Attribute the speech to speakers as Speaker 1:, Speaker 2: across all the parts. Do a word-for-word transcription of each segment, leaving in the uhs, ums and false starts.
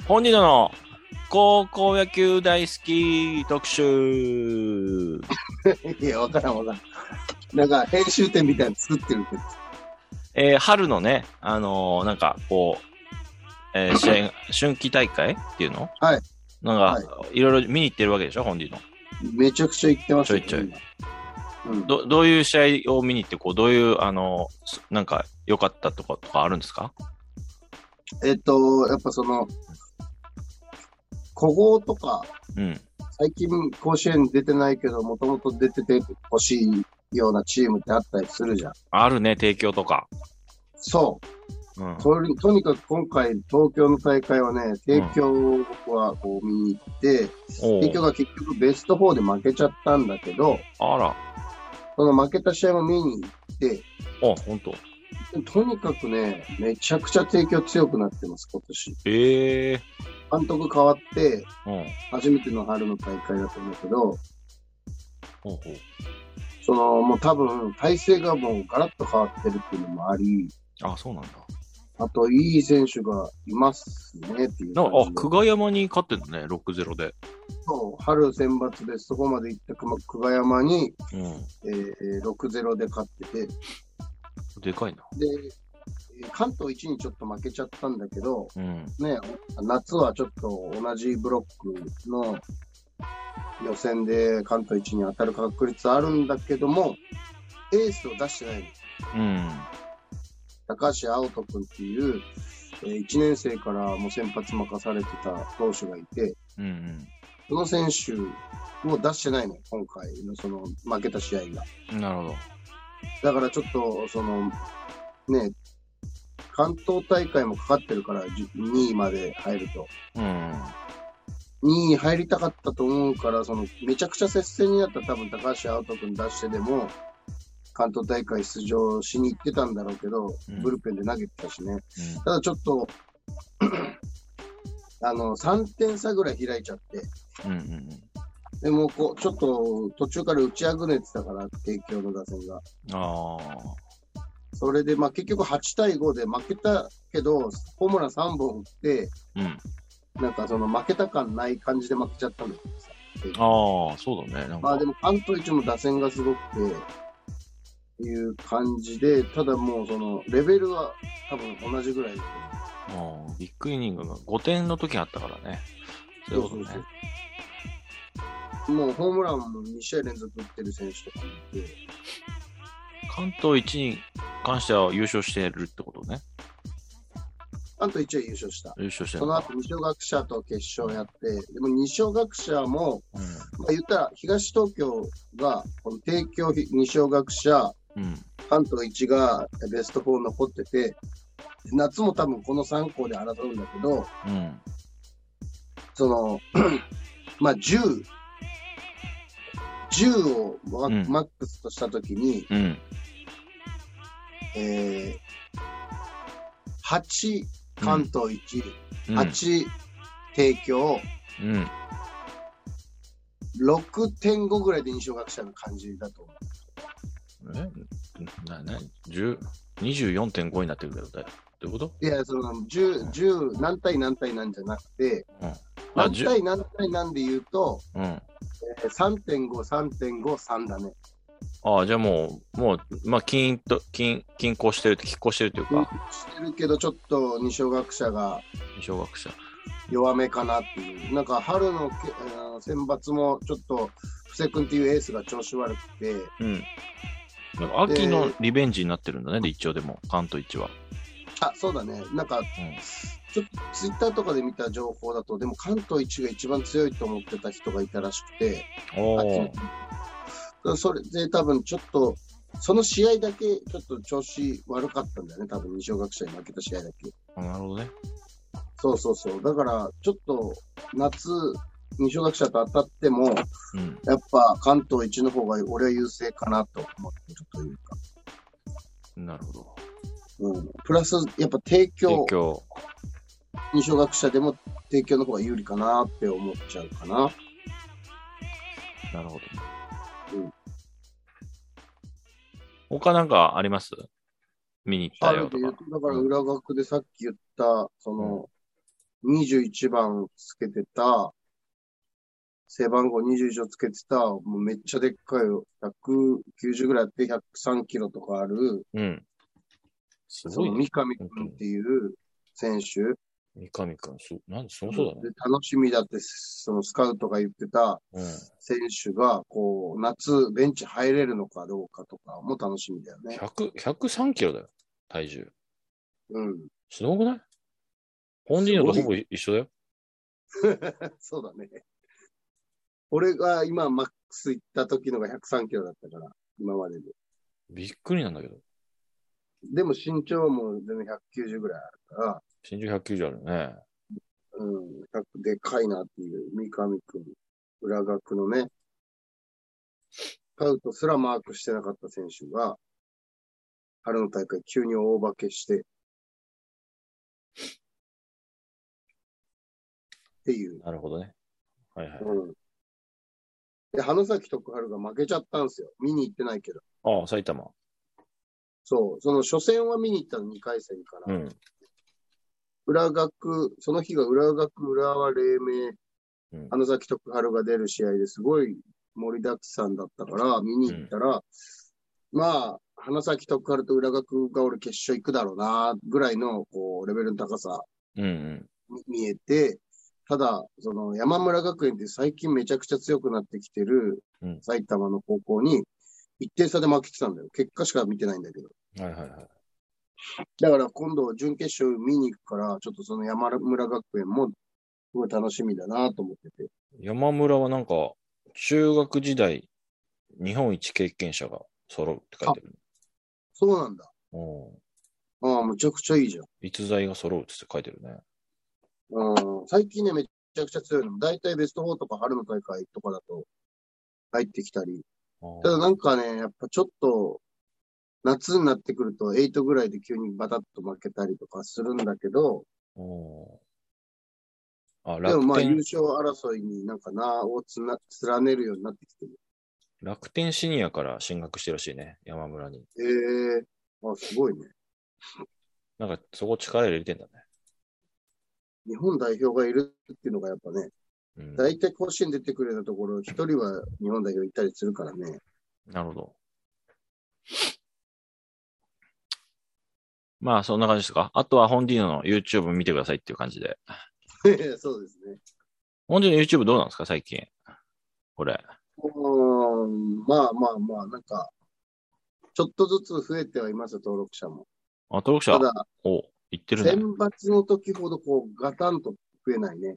Speaker 1: 本日の高校野球大好き特集。
Speaker 2: いや、わからんわからん。なんか、編集点みたいなの作ってるけど。
Speaker 1: えー、春のね、あのー、なんかこう、えー、試合、春季大会っていうの
Speaker 2: はい。
Speaker 1: なんか、はい、いろいろ見に行ってるわけでしょ、本日の。
Speaker 2: めちゃくちゃ行ってますよ。
Speaker 1: ちょいちょい。
Speaker 2: うん、
Speaker 1: ど、どういう試合を見に行って、こう、どういう、あのー、なんか、良かったとか、とかあるんですか？
Speaker 2: えっと、やっぱその、古豪とか、
Speaker 1: うん。
Speaker 2: 最近甲子園出てないけど、もともと出ててほしいようなチームってあったりするじゃん。
Speaker 1: あるね、帝京とか。
Speaker 2: そう。
Speaker 1: うん、
Speaker 2: それとにかく今回、東京の大会はね、帝京を僕はこう見に行って、うん、帝京が結局ベストフォーで負けちゃったんだけど、
Speaker 1: あら。
Speaker 2: その負けた試合も見に行って、
Speaker 1: あ、本当。
Speaker 2: とにかくね、めちゃくちゃ帝京強くなってます、今年。
Speaker 1: ええー。
Speaker 2: 監督変わって、
Speaker 1: うん、
Speaker 2: 初めての春の大会だと思うけど、
Speaker 1: ほうほう。
Speaker 2: その、もう多分、体制がもうガラッと変わってるっていうのもあり、
Speaker 1: あ、そうなんだ。
Speaker 2: あと、いい選手がいますねっていう感じで。
Speaker 1: あ、久我山に勝ってんのね、ろくたいゼロで。
Speaker 2: そう、春選抜でそこまで行った久我山に、
Speaker 1: うん、
Speaker 2: えー、ろくたいゼロで勝ってて。
Speaker 1: でかいな。
Speaker 2: で、関東いちにちょっと負けちゃったんだけど、
Speaker 1: うん、
Speaker 2: ね、夏はちょっと同じブロックの予選で関東いちに当たる確率あるんだけども、エースを出してないの。
Speaker 1: うん。
Speaker 2: 高橋碧人君っていう、えー、いちねん生からもう先発任されてた投手がいて、
Speaker 1: うんうん、
Speaker 2: その選手を出してないの、今回のその負けた試合が。
Speaker 1: なるほど。
Speaker 2: だからちょっと、その、ね、関東大会もかかってるから、にいまで入ると。
Speaker 1: うん。
Speaker 2: にいに入りたかったと思うから、その、めちゃくちゃ接戦になったら多分高橋碧人君出してでも、関東大会出場しに行ってたんだろうけど、うん、ブルペンで投げてたしね。うん、ただちょっと、あの、さんてん差ぐらい開いちゃって。うんうんうん、でもこう、ちょっと途中から打ちあぐねてたから、帝京の打線が。あそれで、まあ結局はちたいごで負けたけど、ホームランさんぼん打って、うん、なんかその負けた感ない感じで負けちゃったんだけどさ。
Speaker 1: ああ、そうだね。なんか
Speaker 2: まあでも関東一も打線がすごくて、いう感じで、ただもうそのレベルは多分同じぐらいです
Speaker 1: よね。ビッグイニングがごてんの時あったからね。そういうことね。そうそう
Speaker 2: そうもうホームランもに試合連続打ってる選手とかもいて。
Speaker 1: 関東一に関しては優勝してるってことね。
Speaker 2: 関東一は優勝した。
Speaker 1: 優勝してる。
Speaker 2: その後二松学舎と決勝やって、でも二松学舎も、うん、まあ言ったら東東京が、この帝京二松学舎、うん、関東一がベストフォー残ってて、夏も多分このさん校で争うんだけど、うん、その、まあじゅう、じゅうをマックスとしたときに、うん、えー、はち関東いち、うん、はち帝京、うん、ろくてんごぐらいで二松学舎の感じだと思う。
Speaker 1: えな、な、じゅう、にじゅうよんてんご になってるけど、どういうこと？
Speaker 2: いや、その、10、じゅう、何対何対なんじゃなくて、うん、何対何対なんで言うと、うんえー、さんてんご、さんてんご、さんだね。
Speaker 1: ああ、じゃあもう、もう、まあ、均と、均、均衡してる、拮抗してるというか。
Speaker 2: 拮抗してるけど、ちょっと二松学舎が、
Speaker 1: 二松学舎。
Speaker 2: 弱めかなっていう。なんか、春のけ選抜も、ちょっと、布施君っていうエースが調子悪くて、うん。
Speaker 1: なんか秋のリベンジになってるんだね、で一応でも、関東一は。
Speaker 2: あ、そうだね。なんか、うん、ちょっとツイッターとかで見た情報だと、でも関東一が一番強いと思ってた人がいたらしくて、それで多分ちょっと、その試合だけちょっと調子悪かったんだよね、多分二松学舎に負けた試合だけ。
Speaker 1: あ、なるほどね。
Speaker 2: そうそうそう。だから、ちょっと夏、二松学舎と当たっても、うん、やっぱ関東一の方が俺は優勢かなと思ってるというか。
Speaker 1: なるほど。
Speaker 2: うん、プラス、やっぱ帝京、
Speaker 1: 帝京
Speaker 2: 二松学舎でも帝京の方が有利かなって思っちゃうかな。
Speaker 1: なるほど。うん、他なんかあります？見に行ったよとか。
Speaker 2: だから裏学でさっき言った、その、 にじゅういちばんつけてた、背番号にじゅういちをつけてた、もうめっちゃでっかいよ。ひゃくきゅうじゅうぐらいあってひゃくさんキロとかある。
Speaker 1: うん。す
Speaker 2: ごい、ね。三上くんっていう選手。
Speaker 1: 三上くん、そう、なんでそうそうだね。
Speaker 2: で楽しみだって、そのスカウトが言ってた選手が、こう、夏ベンチ入れるのかどうかとかも楽しみだよね。
Speaker 1: ひゃく、ひゃくさんキロだよ。体重。
Speaker 2: うん。
Speaker 1: すごくない？本人のとほぼ一緒だよ。
Speaker 2: そうだね。俺が今マックス行った時のがひゃくさんキロだったから、今までで。
Speaker 1: びっくりなんだけど。
Speaker 2: でも身長も全然ひゃくきゅうじゅうぐらいあるから。
Speaker 1: 身長ひゃくきゅうじゅうあるね。
Speaker 2: うん。でかいなっていう、三上くん。裏学のね。スカウトすらマークしてなかった選手が、春の大会急に大化けして、っていう。
Speaker 1: なるほどね。はいはい。
Speaker 2: うん。で、花咲徳栄が負けちゃったんですよ。見に行ってないけど。
Speaker 1: ああ、埼玉。
Speaker 2: そう。その初戦は見に行ったのにかい戦から。うん。浦学、その日が浦学、浦和黎明、うん、花咲徳栄が出る試合ですごい盛りだくさんだったから、見に行ったら、うん、まあ、花咲徳栄と浦学が俺決勝行くだろうな、ぐらいの、こう、レベルの高さ、うんうん、見えて、ただ、その山村学園って最近めちゃくちゃ強くなってきてる埼玉の高校に一点差で負けてたんだよ。結果しか見てないんだけど。はいはいはい。だから今度準決勝見に行くから、ちょっとその山村学園もすごい楽しみだなと思ってて。
Speaker 1: 山村はなんか中学時代日本一経験者が揃うって書いてる。
Speaker 2: そうなんだ。ああ、むちゃくちゃいいじゃん。
Speaker 1: 逸材が揃うって書いてるね。
Speaker 2: うん、最近ね、めちゃくちゃ強いの。だいたいベストよんとか春の大会とかだと入ってきたり。ただなんかね、やっぱちょっと夏になってくるとはちぐらいで急にバタッと負けたりとかするんだけど、あ、でもまあ優勝争いになんか名をつな連ねるようになってきてる。
Speaker 1: 楽天シニアから進学してるらしいね、山村に。
Speaker 2: ええー、あ、すごいね。
Speaker 1: なんかそこ力入れてんだね。
Speaker 2: 日本代表がいるっていうのがやっぱね、うん、大体甲子園出てくるようなところ、一人は日本代表いたりするからね。
Speaker 1: なるほど。まあ、そんな感じですか。あとは、ホンディーノの YouTube 見てくださいっていう感じで。
Speaker 2: そうですね。
Speaker 1: ホンディーノ YouTube どうなんですか、最近。これ。
Speaker 2: うん、まあまあまあ、なんか、ちょっとずつ増えてはいます、登録者も。
Speaker 1: あ、登録者ただ、お、言ってるね。
Speaker 2: 選抜の時ほど、こう、ガタンと増えないね。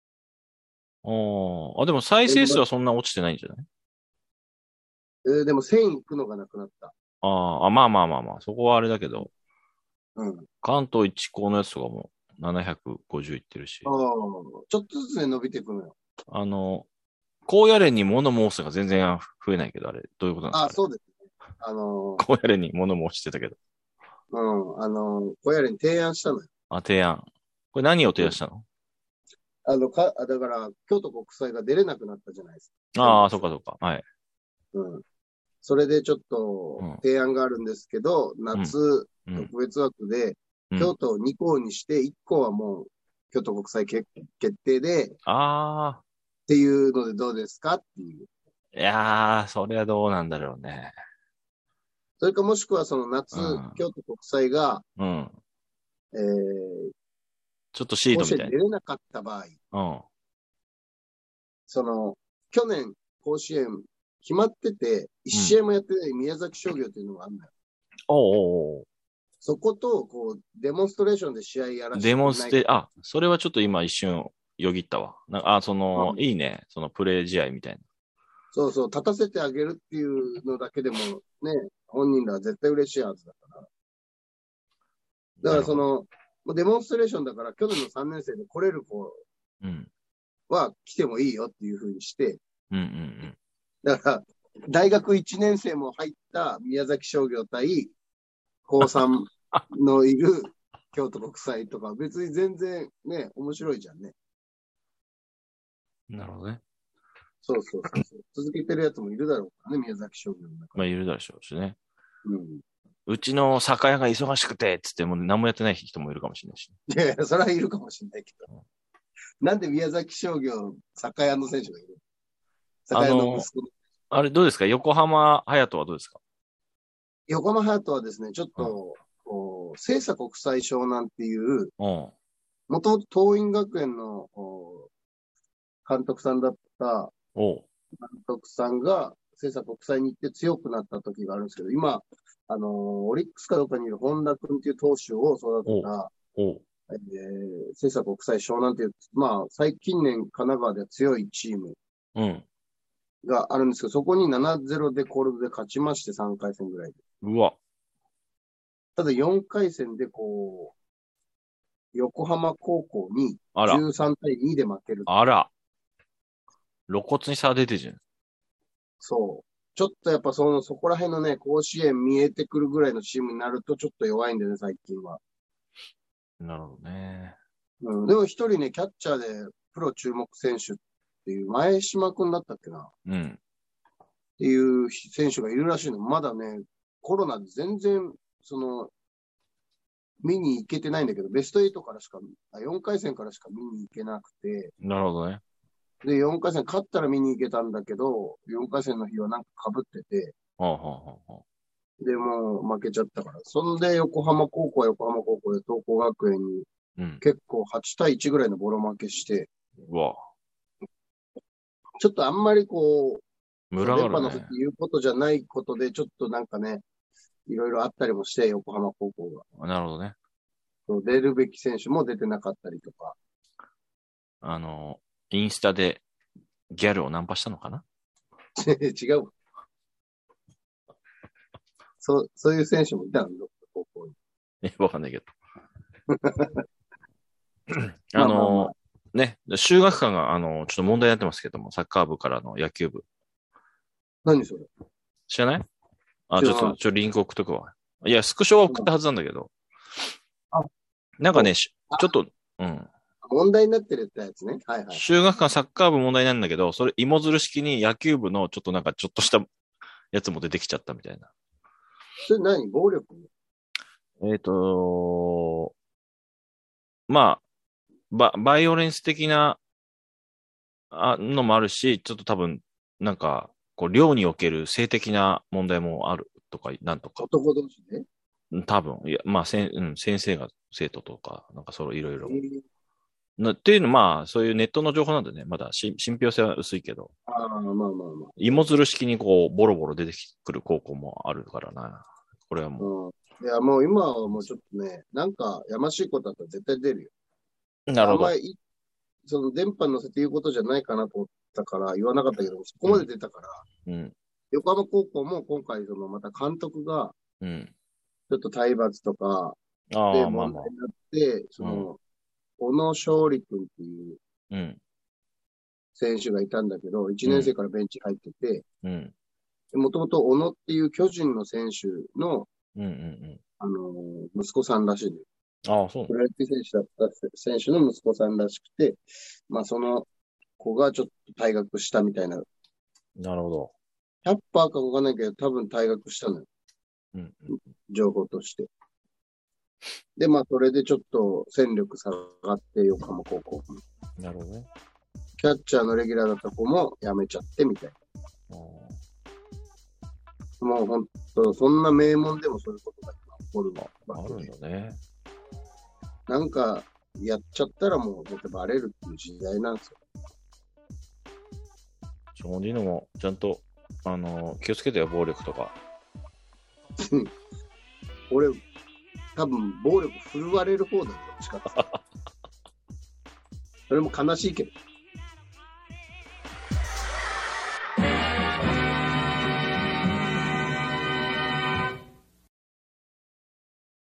Speaker 1: ああ、でも再生数はそんな落ちてないんじゃない？
Speaker 2: えー、でもせんいくのがなくなった。
Speaker 1: ああ、まあまあまあまあ、そこはあれだけど。
Speaker 2: うん。
Speaker 1: 関東一高のやつとかもななひゃくごじゅういってるし。
Speaker 2: ああ、ちょっとずつね、伸びていくのよ。
Speaker 1: あの、高野連に物申すが全然増えないけど、あれ、どういうことなんですか？
Speaker 2: あ、そうですね。あの
Speaker 1: ー、高野連に物申してたけど。
Speaker 2: うん、あのー、高野連に提案したのよ。
Speaker 1: あ、提案。これ何を提案したの？
Speaker 2: うん、あの、か、だから、京都国際が出れなくなったじゃないです
Speaker 1: か。ああ、そっかそっか。はい。
Speaker 2: うん。それでちょっと提案があるんですけど、うん、夏、特別枠で、京都をに校にして、いっ校はもう、京都国際決定で、
Speaker 1: ああ。
Speaker 2: っていうのでどうですかっていう。
Speaker 1: いやー、それはどうなんだろうね。
Speaker 2: それかもしくはその夏、うん、京都国際が、うん。えー、
Speaker 1: ちょっとシードみたいな。
Speaker 2: 甲子園出れなかった場合、うん。その、去年、甲子園決まってて、一試合もやってない宮崎商業っていうのがあるんだよ。
Speaker 1: うん、おうおうおう。
Speaker 2: そこと、こう、デモンストレーションで試合やらせて
Speaker 1: デモンステ、あ、それはちょっと今一瞬よぎったわ。なんかあ、その、うん、いいね。そのプレー試合みたいな。
Speaker 2: そうそう、立たせてあげるっていうのだけでもね、本人らは絶対嬉しいはずだから。だからその、デモンストレーションだから、去年のさんねん生で来れる子は来てもいいよっていうふうにして、
Speaker 1: うんうんうん、
Speaker 2: だから、大学いちねん生も入った宮崎商業対高さんのいる京都国際とか、別に全然ね、面白いじゃんね。
Speaker 1: なるほどね。
Speaker 2: そうそうそうそう。続けてるやつもいるだろうからね、宮崎商業の中。
Speaker 1: まあ、いるだろうしね。うん。うちの酒屋が忙しくて、つっても何もやってない人もいるかもしれないし、
Speaker 2: ね。いやいや、それはいるかもしれないけど。 なんで宮崎商業、酒屋の選手がいる酒屋の息子の。
Speaker 1: あれどうですか横浜隼人はどうですか
Speaker 2: 横浜隼人はですね、ちょっと、うん、清佐国際湘南っていう、もともと桐蔭学園の監督さんだった監督さんが清佐国際に行って強くなった時があるんですけど、今、あのー、オリックスかどうかにいる本田君っていう投手を育てた、えー、清佐国際湘南っていう、まあ、最近年神奈川では強いチームがあるんですけど、そこに ななたいゼロ でコールドで勝ちまして、さんかい戦ぐらいで。
Speaker 1: うわ。
Speaker 2: ただよんかい戦でこう、横浜高校にじゅうさんたいにで負ける。
Speaker 1: あら。露骨に差出てるじゃん。
Speaker 2: そう。ちょっとやっぱその、そこら辺のね、甲子園見えてくるぐらいのチームになるとちょっと弱いんでね、最近は。
Speaker 1: なるほどね。
Speaker 2: うん。でも一人ね、キャッチャーでプロ注目選手っていう、前島くんだったっけな。
Speaker 1: うん。
Speaker 2: っていう選手がいるらしいの。まだね、コロナで全然、その、見に行けてないんだけど、ベストはちからしか、よんかい戦からしか見に行けなくて。
Speaker 1: なるほどね。
Speaker 2: で、よんかい戦勝ったら見に行けたんだけど、よんかい戦の日はなんか被ってて。
Speaker 1: はあはあはあ、
Speaker 2: で、もう負けちゃったから。そんで、横浜高校は横浜高校で東光学園に、結構はちたいいちぐらいのボロ負けして。
Speaker 1: うわ。
Speaker 2: ちょっとあんまりこう、
Speaker 1: 村があるね。
Speaker 2: 電波の時言うことじゃないことで、ちょっとなんかね、いろいろあったりもして、横浜高校が。
Speaker 1: なるほどね。
Speaker 2: 出るべき選手も出てなかったりとか。
Speaker 1: あの、インスタでギャルをナンパしたのかな
Speaker 2: 違う。そう、そういう選手もいたんだ、高校に。
Speaker 1: え、わかんないけど。あの、まあまあまあ、ね、修学館が、あの、ちょっと問題になってますけども、サッカー部からの野球部。
Speaker 2: 何それ
Speaker 1: 知らないあ、ちょっと、ちょ、リンク送っとくわ。いや、スクショは送ったはずなんだけど。
Speaker 2: あ、
Speaker 1: なんかね、ちょっと、うん。
Speaker 2: 問題になってるってやつね。はいはい。
Speaker 1: 修学館サッカー部問題なんだけど、それ芋づる式に野球部のちょっとなんかちょっとしたやつも出てきちゃったみたいな。
Speaker 2: それ何暴力
Speaker 1: えっと、まあ、バ、バイオレンス的なあのもあるし、ちょっと多分、なんか、こう、寮における性的な問題もあるとか、なんとか。
Speaker 2: 男同士ね。
Speaker 1: 多分、いや、まあ、せん、うん、先生が生徒とか、なんかそのいろいろ。なっていうのまあ、そういうネットの情報なんでね、まだし信憑性は薄いけど。
Speaker 2: ああ、まあまあまあ。
Speaker 1: 芋づる式にこう、ボロボロ出てくる高校もあるからな。これはも
Speaker 2: う。うん、いや、もう今はもうちょっとね、なんかやましいことだったら絶対出るよ。
Speaker 1: なるほど。
Speaker 2: あんまり、その電波に乗せて言うことじゃないかなと思ったから言わなかったけど、そこまで出たから、うん、横浜高校も今回そのまた監督が、ちょっと体罰とかで問題になって、うん、その、小野勝利君っていう選手がいたんだけど、いちねん生からベンチ入ってて、もともと小野っていう巨人の選手の、うんうんうん、あのー、息子さんらしいんだよ。
Speaker 1: ああ、そう。
Speaker 2: プロ野球選手だった選手の息子さんらしくて、まあその子がちょっと退学したみたいな。
Speaker 1: なるほど。
Speaker 2: ひゃくパーセントかわかんないけど、多分退学したのよ。うんうん、情報として。で、まあそれでちょっと戦力下がって、横浜高校。
Speaker 1: なるほどね。
Speaker 2: キャッチャーのレギュラーだった子も辞めちゃってみたいな。もう本当、そんな名門でもそういうことが起こる
Speaker 1: わ。あるんだね。
Speaker 2: なんか、やっちゃったらもう、だってバレるっていう時代なんですよ。
Speaker 1: ちょ、リノも、ちゃんと、あのー、気をつけてよ、暴力とか。
Speaker 2: 俺、多分、暴力振るわれる方だよ、どっちかって。それも悲しいけど。